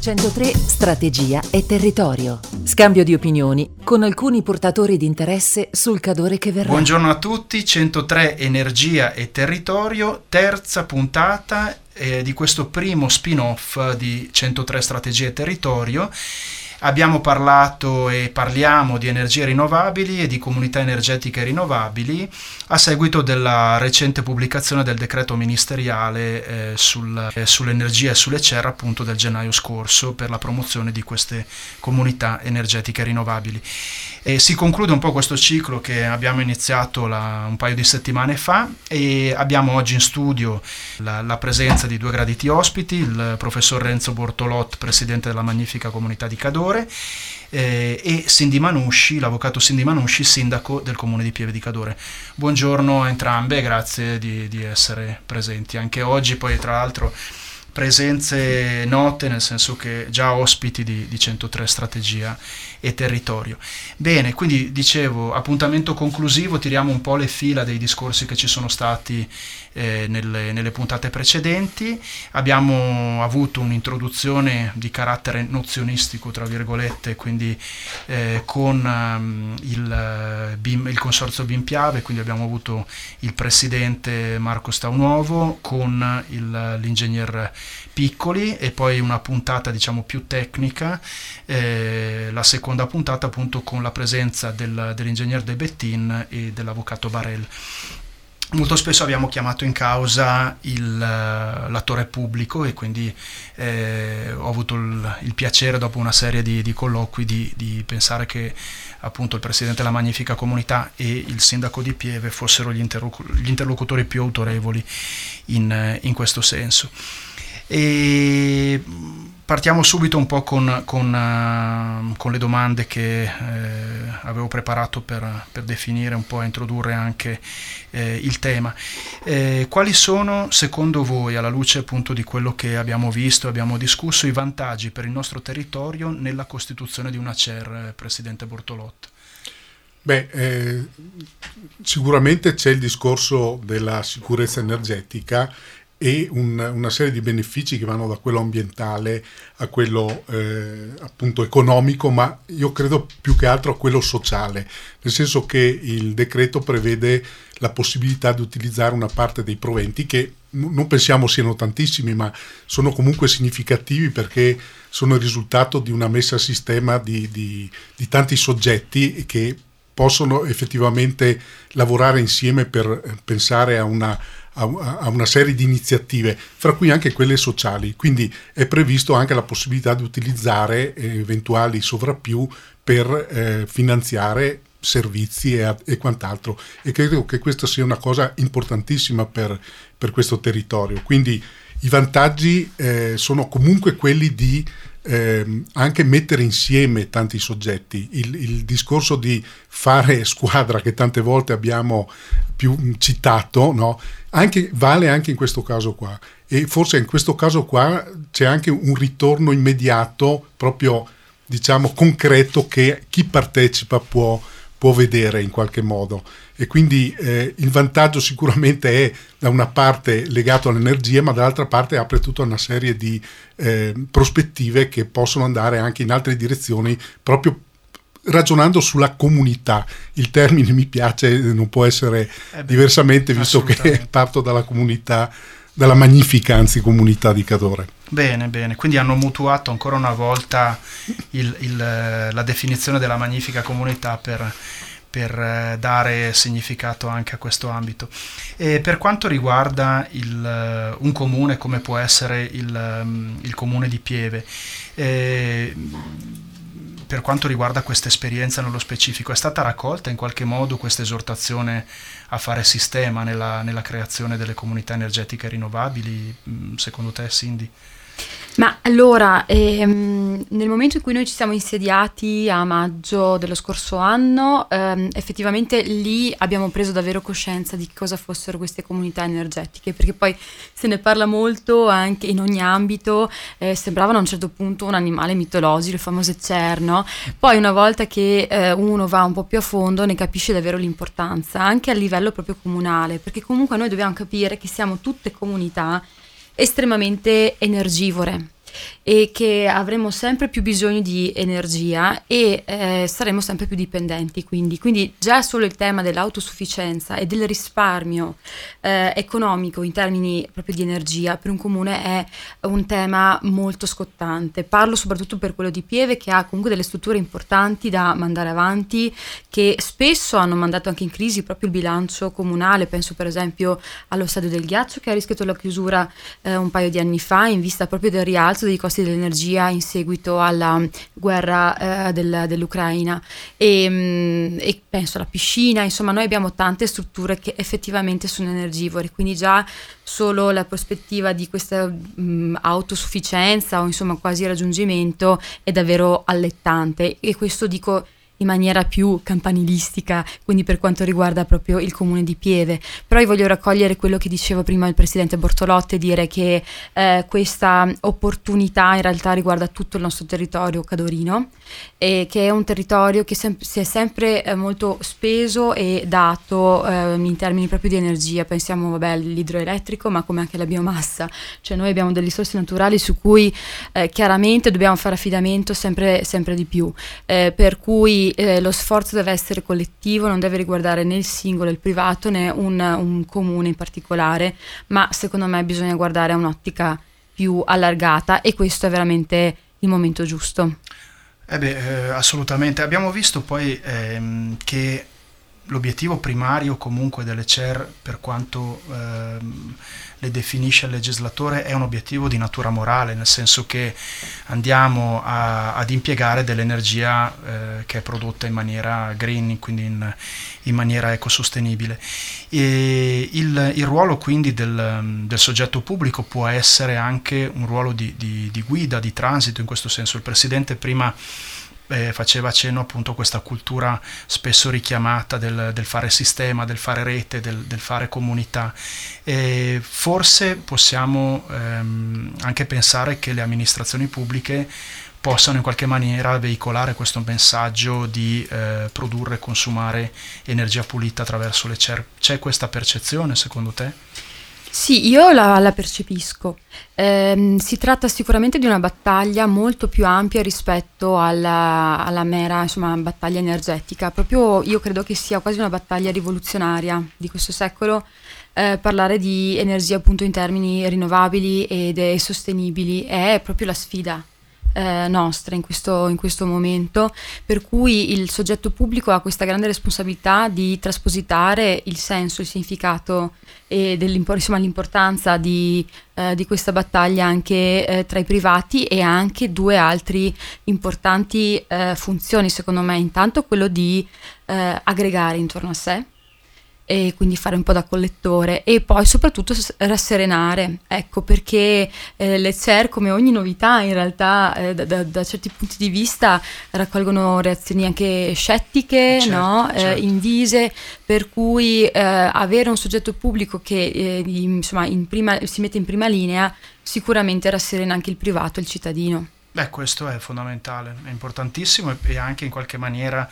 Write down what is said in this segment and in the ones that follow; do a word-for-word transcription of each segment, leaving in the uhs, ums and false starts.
centotré Strategia e Territorio. Scambio di opinioni con alcuni portatori di interesse sul Cadore che verrà. Buongiorno a tutti, centotré Energia e Territorio, terza puntata eh, di questo primo spin-off di centotré Strategia e Territorio. Abbiamo parlato e parliamo di energie rinnovabili e di comunità energetiche rinnovabili a seguito della recente pubblicazione del decreto ministeriale eh, sul, eh, sull'energia e sulle C E R appunto del gennaio scorso per la promozione di queste comunità energetiche rinnovabili. E si conclude un po' questo ciclo che abbiamo iniziato la, un paio di settimane fa e abbiamo oggi in studio la, la presenza di due graditi ospiti, il professor Renzo Bortolot, presidente della Magnifica Comunità di Cadore, eh, e Cindy Manusci, l'avvocato Cindy Manusci, sindaco del comune di Pieve di Cadore. Buongiorno a entrambe, grazie di, di essere presenti anche oggi. Poi tra l'altro presenze note, nel senso che già ospiti di, di centotré Strategia e Territorio. Bene, quindi dicevo, appuntamento conclusivo, tiriamo un po' le fila dei discorsi che ci sono stati eh, nelle, nelle puntate precedenti. Abbiamo avuto un'introduzione di carattere nozionistico, tra virgolette, quindi eh, con um, il, B I M, il consorzio B I M Piave, quindi abbiamo avuto il presidente Marco Staunuovo con il, l'ingegner Piccoli e poi una puntata diciamo più tecnica, eh, la seconda puntata appunto con la presenza del, dell'ingegner De Bettin e dell'avvocato Barel. Molto spesso abbiamo chiamato in causa il, l'attore pubblico e quindi eh, ho avuto il, il piacere dopo una serie di, di colloqui di, di pensare che appunto il presidente della Magnifica Comunità e il sindaco di Pieve fossero gli, interlocu- gli interlocutori più autorevoli in, in questo senso. E partiamo subito un po' con, con, uh, con le domande che eh, avevo preparato per, per definire un po' e introdurre anche eh, il tema. Eh, quali sono secondo voi, alla luce appunto di quello che abbiamo visto, abbiamo discusso, i vantaggi per il nostro territorio nella costituzione di una C E R, Presidente Bortolot? Beh, eh, sicuramente c'è il discorso della sicurezza energetica e un, una serie di benefici che vanno da quello ambientale a quello eh, appunto economico, ma io credo più che altro a quello sociale, nel senso che il decreto prevede la possibilità di utilizzare una parte dei proventi che non pensiamo siano tantissimi, ma sono comunque significativi perché sono il risultato di una messa a sistema di, di, di tanti soggetti che possono effettivamente lavorare insieme per pensare a una a una serie di iniziative, fra cui anche quelle sociali. Quindi è previsto anche la possibilità di utilizzare eventuali sovrappiù per eh, finanziare servizi e, e quant'altro, e credo che questa sia una cosa importantissima per, per questo territorio. Quindi i vantaggi eh, sono comunque quelli di Eh, anche mettere insieme tanti soggetti, il, il discorso di fare squadra che tante volte abbiamo più citato, no? Anche, vale anche in questo caso qua, e forse in questo caso qua c'è anche un ritorno immediato, proprio diciamo concreto, che chi partecipa può, può vedere in qualche modo. E quindi eh, il vantaggio sicuramente è da una parte legato all'energia, ma dall'altra parte apre tutta una serie di eh, prospettive che possono andare anche in altre direzioni, proprio ragionando sulla comunità. Il termine mi piace, non può essere eh beh, diversamente, visto che parto dalla comunità, dalla magnifica anzi comunità di Cadore. Bene, bene, quindi hanno mutuato ancora una volta il, il, la definizione della magnifica comunità per per dare significato anche a questo ambito. E per quanto riguarda il, un comune come può essere il, il comune di Pieve, eh, per quanto riguarda questa esperienza nello specifico, è stata raccolta in qualche modo questa esortazione a fare sistema nella, nella creazione delle comunità energetiche rinnovabili, secondo te, Cindy? Ma allora, ehm, nel momento in cui noi ci siamo insediati a maggio dello scorso anno, ehm, effettivamente lì abbiamo preso davvero coscienza di cosa fossero queste comunità energetiche, perché poi se ne parla molto anche in ogni ambito, eh, sembravano a un certo punto un animale mitologico, il famoso C E R, no? Poi una volta che eh, uno va un po' più a fondo ne capisce davvero l'importanza, anche a livello proprio comunale, perché comunque noi dobbiamo capire che siamo tutte comunità estremamente energivore. e che avremo sempre più bisogno di energia e eh, saremo sempre più dipendenti, quindi. quindi già solo il tema dell'autosufficienza e del risparmio eh, economico in termini proprio di energia per un comune è un tema molto scottante. Parlo soprattutto per quello di Pieve, che ha comunque delle strutture importanti da mandare avanti, che spesso hanno mandato anche in crisi proprio il bilancio comunale. Penso per esempio allo Stadio del Ghiaccio, che ha rischiato la chiusura eh, un paio di anni fa in vista proprio del rialzo dei costi dell'energia in seguito alla guerra eh, del, dell'Ucraina, e, mh, e penso alla piscina. Insomma, noi abbiamo tante strutture che effettivamente sono energivore, quindi già solo la prospettiva di questa mh, autosufficienza o insomma quasi raggiungimento è davvero allettante, e questo dico in maniera più campanilistica, quindi per quanto riguarda proprio il comune di Pieve. Però io voglio raccogliere quello che diceva prima il presidente Bortolotti e dire che eh, questa opportunità in realtà riguarda tutto il nostro territorio cadorino, e che è un territorio che sem- si è sempre eh, molto speso e dato eh, in termini proprio di energia. Pensiamo vabbè all'idroelettrico, ma come anche alla biomassa, cioè noi abbiamo delle risorse naturali su cui eh, chiaramente dobbiamo fare affidamento sempre, sempre di più, eh, per cui Eh, lo sforzo deve essere collettivo, non deve riguardare né il singolo, il privato, né un, un comune in particolare, ma secondo me bisogna guardare a un'ottica più allargata, e questo è veramente il momento giusto. Eh beh, eh, assolutamente. Abbiamo visto poi ehm, che l'obiettivo primario comunque delle C E R, per quanto ehm, le definisce il legislatore, è un obiettivo di natura morale, nel senso che andiamo a, ad impiegare dell'energia eh, che è prodotta in maniera green, quindi in, in maniera ecosostenibile. E il, il ruolo quindi del, del soggetto pubblico può essere anche un ruolo di, di, di guida, di transito in questo senso. Il Presidente prima Eh, faceva cenno appunto a questa cultura spesso richiamata del, del fare sistema, del fare rete, del, del fare comunità. E forse possiamo ehm, anche pensare che le amministrazioni pubbliche possano in qualche maniera veicolare questo messaggio di eh, produrre e consumare energia pulita attraverso le C E R. C'è questa percezione secondo te? Sì, io la, la percepisco. Eh, si tratta sicuramente di una battaglia molto più ampia rispetto alla, alla mera insomma, battaglia energetica. Proprio io credo che sia quasi una battaglia rivoluzionaria di questo secolo, eh, parlare di energia appunto in termini rinnovabili ed e sostenibili. È proprio la sfida Eh, nostra in questo, in questo momento, per cui il soggetto pubblico ha questa grande responsabilità di traspositare il senso, il significato e insomma, l'importanza di, eh, di questa battaglia anche eh, tra i privati, e anche due altri importanti eh, funzioni secondo me. Intanto quello di eh, aggregare intorno a sé, e quindi fare un po' da collettore, e poi soprattutto rasserenare, ecco, perché eh, le C E R, come ogni novità in realtà eh, da, da, da certi punti di vista raccolgono reazioni anche scettiche, certo, no? certo. Eh, invise, per cui eh, avere un soggetto pubblico che eh, insomma in prima, si mette in prima linea sicuramente rasserena anche il privato e il cittadino. Beh, questo è fondamentale, è importantissimo, e anche in qualche maniera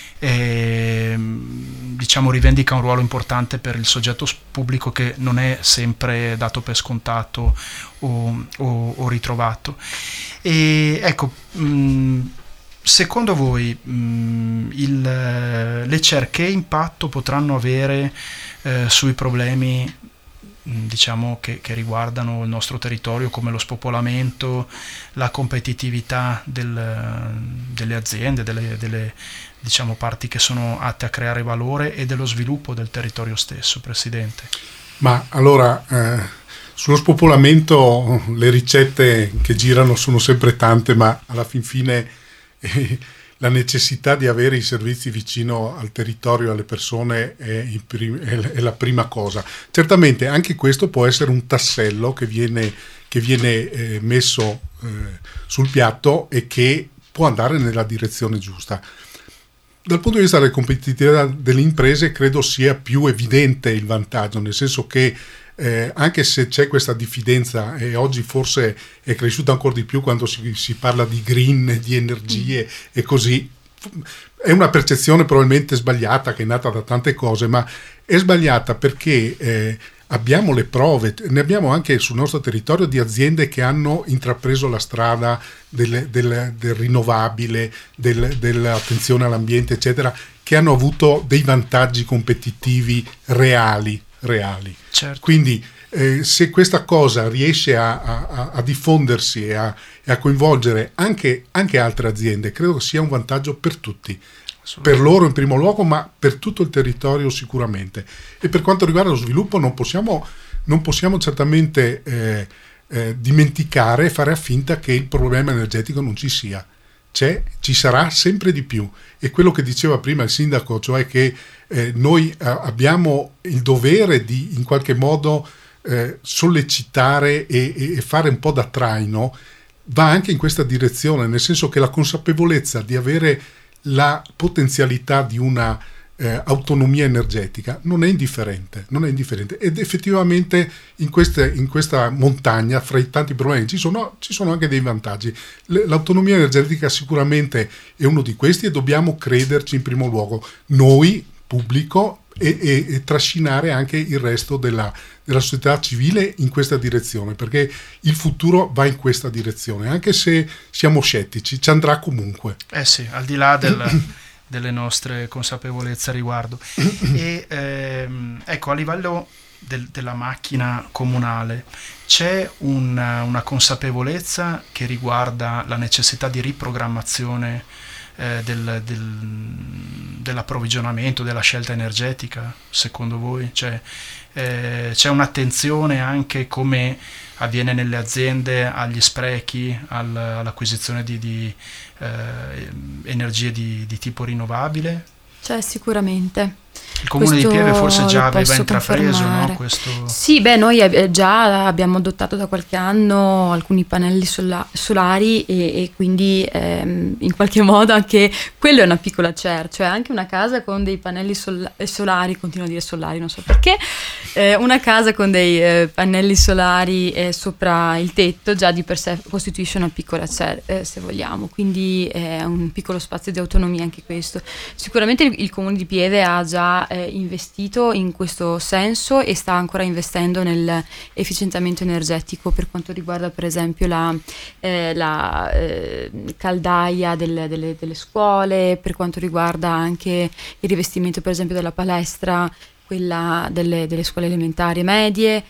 eh, diciamo rivendica un ruolo importante per il soggetto pubblico, che non è sempre dato per scontato o, o, o ritrovato. E ecco, mh, secondo voi mh, il, le C E R che impatto potranno avere eh, sui problemi diciamo che, che riguardano il nostro territorio, come lo spopolamento, la competitività del, delle aziende, delle, delle diciamo parti che sono atte a creare valore, e dello sviluppo del territorio stesso, Presidente? Ma allora eh, sullo spopolamento le ricette che girano sono sempre tante, ma alla fin fine eh, la necessità di avere i servizi vicino al territorio, alle persone, è, prim- è la prima cosa. Certamente anche questo può essere un tassello che viene, che viene eh, messo eh, sul piatto, e che può andare nella direzione giusta. Dal punto di vista della competitività delle imprese credo sia più evidente il vantaggio, nel senso che Eh, anche se c'è questa diffidenza, e oggi forse è cresciuta ancora di più quando si, si parla di green, di energie mm. e così, è una percezione probabilmente sbagliata, che è nata da tante cose, ma è sbagliata perché eh, abbiamo le prove, ne abbiamo anche sul nostro territorio di aziende che hanno intrapreso la strada del, del, del rinnovabile, del, dell'attenzione all'ambiente, eccetera, che hanno avuto dei vantaggi competitivi reali, reali. Certo. Quindi eh, se questa cosa riesce a, a, a diffondersi e a, e a coinvolgere anche, anche altre aziende, credo che sia un vantaggio per tutti. Per loro in primo luogo, ma per tutto il territorio sicuramente. E per quanto riguarda lo sviluppo non possiamo, non possiamo certamente eh, eh, dimenticare e fare finta che il problema energetico non ci sia. C'è, ci sarà sempre di più. E quello che diceva prima il sindaco, cioè che eh, noi eh, abbiamo il dovere di in qualche modo eh, sollecitare e, e fare un po' da traino, va anche in questa direzione, nel senso che la consapevolezza di avere la potenzialità di una eh, autonomia energetica non è indifferente, non è indifferente ed effettivamente in, queste, in questa montagna fra i tanti problemi ci sono, ci sono anche dei vantaggi. L- l'autonomia energetica sicuramente è uno di questi e dobbiamo crederci in primo luogo noi, pubblico, e, e, e trascinare anche il resto della, della società civile in questa direzione, perché il futuro va in questa direzione, anche se siamo scettici, ci andrà comunque. Eh sì, al di là del, delle nostre consapevolezze a riguardo. E ehm, ecco, a livello del, della macchina comunale c'è una, una consapevolezza che riguarda la necessità di riprogrammazione eh, del, del, dell'approvvigionamento, della scelta energetica, secondo voi? Cioè, eh, c'è un'attenzione anche, come avviene nelle aziende, agli sprechi, al, all'acquisizione di, di eh, energie di, di tipo rinnovabile? C'è sicuramente. Il Comune Questo di Pieve forse già aveva intrapreso, no, questo? questo... Sì, beh, noi eh, già abbiamo adottato da qualche anno alcuni pannelli sola- solari e, e quindi ehm, in qualche modo anche quello è una piccola C E R, cioè anche una casa con dei pannelli sol- solari, continuo a dire solari, non so perché, eh, una casa con dei eh, pannelli solari eh, sopra il tetto già di per sé costituisce una piccola C E R, eh, se vogliamo, quindi è un piccolo spazio di autonomia anche questo. Sicuramente il, il Comune di Pieve ha già eh, investito in questo senso e sta ancora investendo nell'efficientamento energetico per quanto riguarda per esempio la, eh, la eh, caldaia del, delle, delle scuole, per quanto riguarda anche il rivestimento per esempio della palestra, quella delle, delle scuole elementari e medie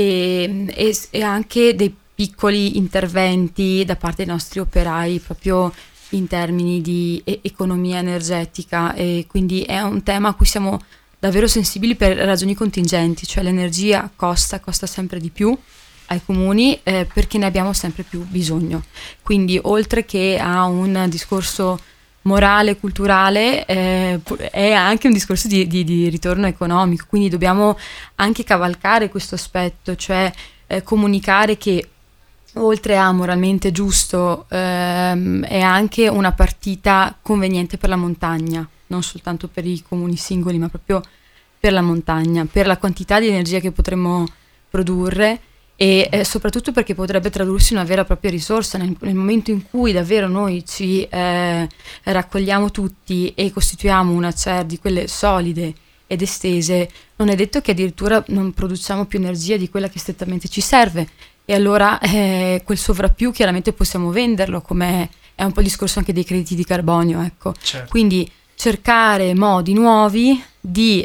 e, e, e anche dei piccoli interventi da parte dei nostri operai proprio in termini di e- economia energetica, e quindi è un tema a cui siamo davvero sensibili per ragioni contingenti, cioè l'energia costa, costa sempre di più ai comuni eh, perché ne abbiamo sempre più bisogno. Quindi oltre che a un discorso morale, culturale, eh, è anche un discorso di, di, di ritorno economico, quindi dobbiamo anche cavalcare questo aspetto, cioè eh, comunicare che oltre a moralmente giusto ehm, è anche una partita conveniente per la montagna, non soltanto per i comuni singoli ma proprio per la montagna, per la quantità di energia che potremmo produrre e eh, soprattutto perché potrebbe tradursi in una vera e propria risorsa nel, nel momento in cui davvero noi ci eh, raccogliamo tutti e costituiamo una C E R di quelle solide ed estese. Non è detto che addirittura non produciamo più energia di quella che strettamente ci serve, e allora eh, quel sovrappiù chiaramente possiamo venderlo, come è un po' il discorso anche dei crediti di carbonio, ecco. Certo. Quindi cercare modi nuovi di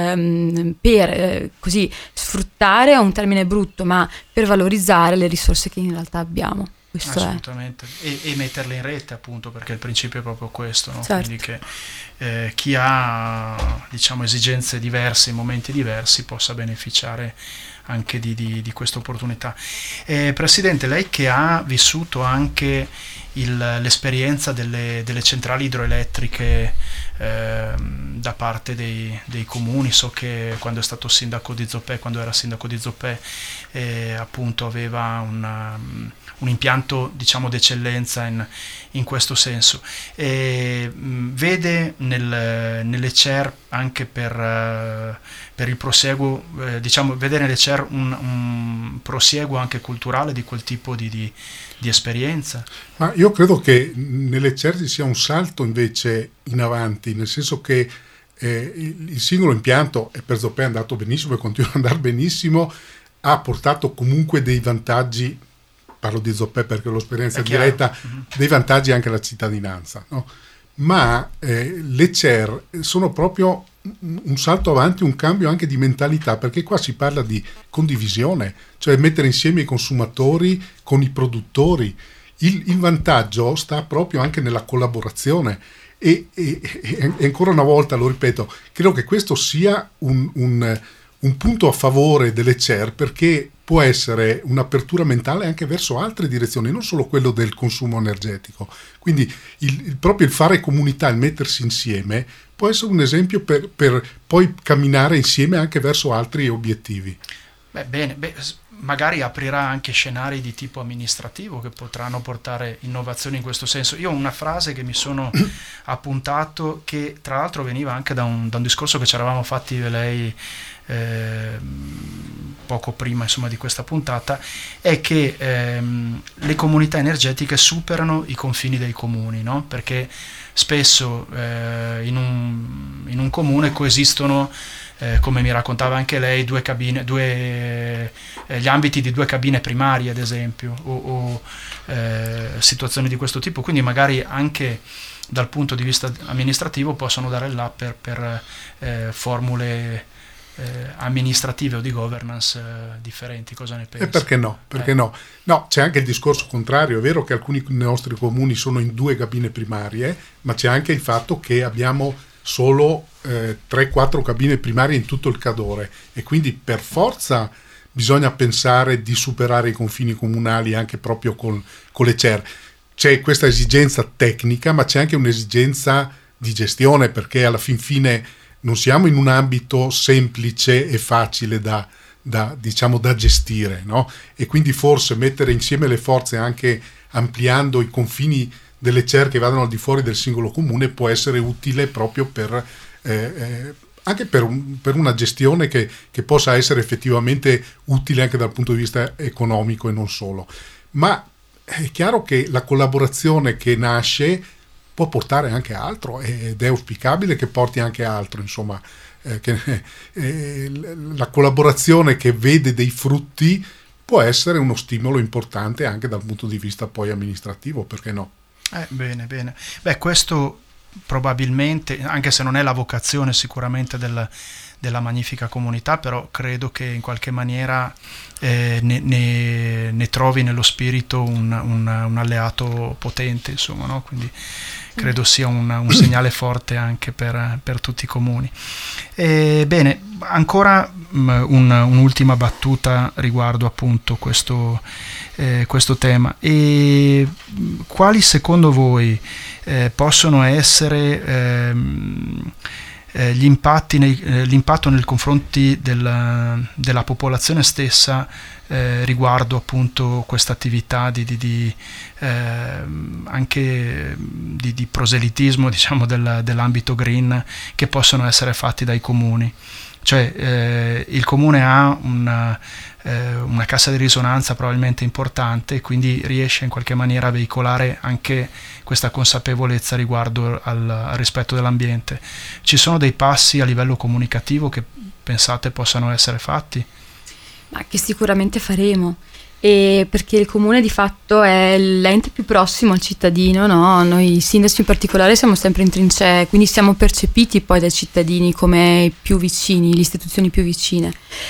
ehm, per eh, così sfruttare, è un termine brutto, ma per valorizzare le risorse che in realtà abbiamo. Questo assolutamente, e, e metterle in rete, appunto, perché il principio è proprio questo, no? Certo. Quindi che eh, chi ha, diciamo, esigenze diverse in momenti diversi possa beneficiare anche di, di, di questa opportunità. Eh, Presidente, lei che ha vissuto anche il, l'esperienza delle, delle centrali idroelettriche eh, da parte dei, dei comuni, so che quando è stato sindaco di Zoppè, quando era sindaco di Zoppè, eh, appunto aveva una, un impianto, diciamo, d'eccellenza in, in questo senso. E, mh, vede nel, nelle C E R anche per, uh, per il prosieguo, eh, diciamo, vede nelle C E R un, un prosieguo anche culturale di quel tipo di, di, di esperienza? Ma io credo che nelle C E R ci sia un salto invece in avanti, nel senso che eh, il, il singolo impianto, e per Zoppé è andato benissimo e continua ad andare benissimo, ha portato comunque dei vantaggi, parlo di Zoppé perché ho l'esperienza diretta, mm-hmm. dei vantaggi anche alla cittadinanza, no? Ma eh, le C E R sono proprio un salto avanti, un cambio anche di mentalità, perché qua si parla di condivisione, cioè mettere insieme i consumatori con i produttori. Il, il vantaggio sta proprio anche nella collaborazione e, e, e ancora una volta lo ripeto, credo che questo sia un, un, un punto a favore delle C E R, perché può essere un'apertura mentale anche verso altre direzioni, non solo quello del consumo energetico. Quindi il, il, proprio il fare comunità, il mettersi insieme, può essere un esempio per, per poi camminare insieme anche verso altri obiettivi. Beh, bene, beh, magari aprirà anche scenari di tipo amministrativo che potranno portare innovazioni in questo senso. Io ho una frase che mi sono appuntato, che tra l'altro veniva anche da un, da un discorso che ci eravamo fatti io e lei eh, poco prima, insomma, di questa puntata, è che ehm, le comunità energetiche superano i confini dei comuni, no? Perché spesso eh, in, un, in un comune coesistono, eh, come mi raccontava anche lei, due cabine, due, eh, gli ambiti di due cabine primarie, ad esempio, o, o eh, situazioni di questo tipo. Quindi magari anche dal punto di vista amministrativo possono dare là per, per eh, formule Eh, amministrative o di governance eh, differenti. Cosa ne pensi? E perché no? Perché eh. no? No, c'è anche il discorso contrario. È vero che alcuni nostri comuni sono in due cabine primarie, ma c'è anche il fatto che abbiamo solo eh, tre quattro cabine primarie in tutto il Cadore, e quindi per forza bisogna pensare di superare i confini comunali anche proprio con, con le C E R. C'è questa esigenza tecnica, ma c'è anche un'esigenza di gestione, perché alla fin fine non siamo in un ambito semplice e facile da, da, diciamo, da gestire, no? E quindi forse mettere insieme le forze, anche ampliando i confini delle C E R che vadano al di fuori del singolo comune, può essere utile proprio per eh, eh, anche per, un, per una gestione che, che possa essere effettivamente utile anche dal punto di vista economico e non solo. Ma è chiaro che la collaborazione che nasce può portare anche altro, ed è auspicabile che porti anche altro, insomma, eh, che, eh, la collaborazione che vede dei frutti può essere uno stimolo importante anche dal punto di vista poi amministrativo, perché no? Eh, bene, bene. Beh, questo probabilmente, anche se non è la vocazione sicuramente del, della magnifica comunità, però credo che in qualche maniera eh, ne, ne, ne trovi nello spirito un, un, un alleato potente, insomma, no? Quindi credo sia un, un segnale forte anche per, per tutti i comuni. E, bene, ancora um, un, un'ultima battuta riguardo appunto questo, eh, questo tema. E quali secondo voi eh, possono essere ehm, eh, gli impatti nei, eh, l'impatto nei confronti della, della popolazione stessa eh, riguardo appunto questa attività di, di, di eh, anche di, di proselitismo, diciamo, del, dell'ambito green, che possono essere fatti dai comuni? Cioè eh, il comune ha una, eh, una cassa di risonanza probabilmente importante, quindi riesce in qualche maniera a veicolare anche questa consapevolezza riguardo al, al rispetto dell'ambiente. Ci sono dei passi a livello comunicativo che pensate possano essere fatti? Ma che sicuramente faremo, e perché il comune di fatto è l'ente più prossimo al cittadino, no? Noi sindaci in particolare siamo sempre in trincee, quindi siamo percepiti poi dai cittadini come più vicini, le istituzioni più vicine,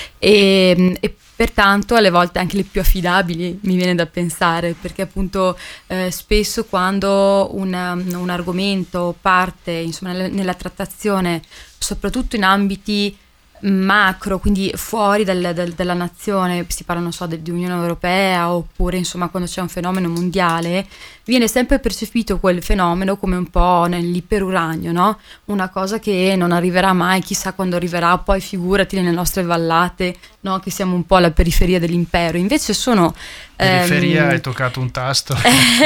e, e pertanto alle volte anche le più affidabili, mi viene da pensare, perché appunto eh, spesso quando una, un argomento parte, insomma, nella, nella trattazione, soprattutto in ambiti macro, quindi fuori dal, dal, dalla nazione, si parla, non so, di Unione Europea, oppure insomma quando c'è un fenomeno mondiale, viene sempre percepito quel fenomeno come un po' nell'iperuranio, no? Una cosa che non arriverà mai, chissà quando arriverà, poi figurati nelle nostre vallate, no? Che siamo un po' alla periferia dell'impero. Invece sono periferia, ehm... hai toccato un tasto.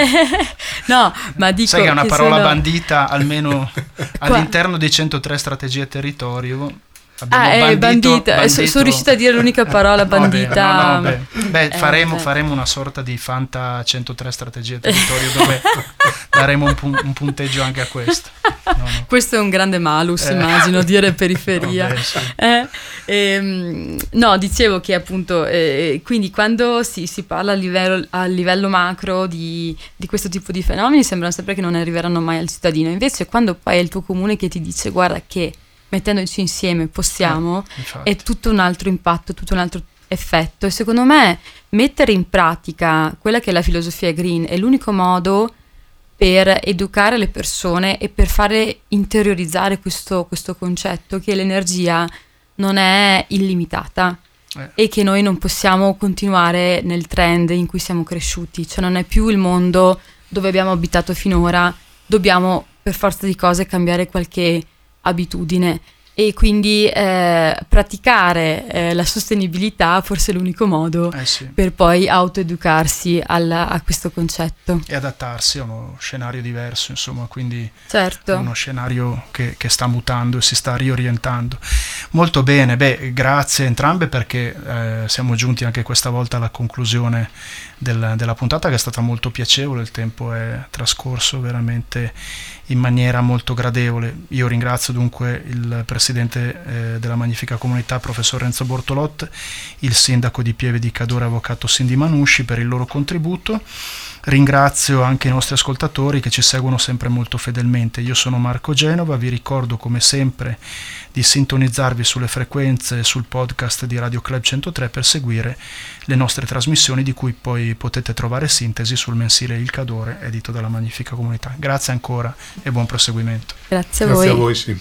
No, ma dico, sai che è una che parola sono... bandita almeno all'interno dei centotré strategie territorio. Abbiamo ah, bandito, eh, bandita, bandito... sono riuscita a dire l'unica parola, bandita. No, no, beh, beh, faremo, eh, faremo una sorta di Fanta centotré strategia e territorio dove daremo un, pun- un punteggio anche a questo. No, no. Questo è un grande malus, eh. immagino, dire periferia. Vabbè, sì. eh? ehm, no, dicevo che appunto, eh, quindi quando si, si parla a livello, a livello macro di, di questo tipo di fenomeni, sembrano sempre che non arriveranno mai al cittadino. Invece quando poi è il tuo comune che ti dice guarda che mettendoci insieme possiamo, eh, è tutto un altro impatto, tutto un altro effetto. E secondo me mettere in pratica quella che è la filosofia green è l'unico modo per educare le persone e per fare interiorizzare questo, questo concetto che l'energia non è illimitata eh. e che noi non possiamo continuare nel trend in cui siamo cresciuti, cioè non è più il mondo dove abbiamo abitato finora, dobbiamo per forza di cose cambiare qualche abitudine e quindi eh, praticare eh, la sostenibilità forse è l'unico modo eh sì. per poi autoeducarsi al, a questo concetto e adattarsi a uno scenario diverso, insomma, quindi certo. uno scenario che, che sta mutando e si sta riorientando. Molto bene, beh, grazie a entrambe perché eh, siamo giunti anche questa volta alla conclusione del, della puntata, che è stata molto piacevole, il tempo è trascorso veramente in maniera molto gradevole. Io ringrazio dunque il presidente eh, della Magnifica Comunità, professor Renzo Bortolot, il sindaco di Pieve di Cadore, avvocato Cindy Manusci, per il loro contributo. Ringrazio anche i nostri ascoltatori che ci seguono sempre molto fedelmente. Io sono Marco Genova, vi ricordo come sempre di sintonizzarvi sulle frequenze e sul podcast di Radio Club centotré per seguire le nostre trasmissioni, di cui poi potete trovare sintesi sul mensile Il Cadore, edito dalla Magnifica Comunità. Grazie ancora e buon proseguimento. Grazie a Grazie voi. a voi, sì.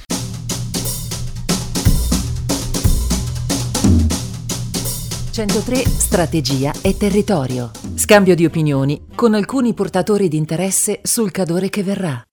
centotré Strategia e territorio. Scambio di opinioni con alcuni portatori di interesse sul Cadore che verrà.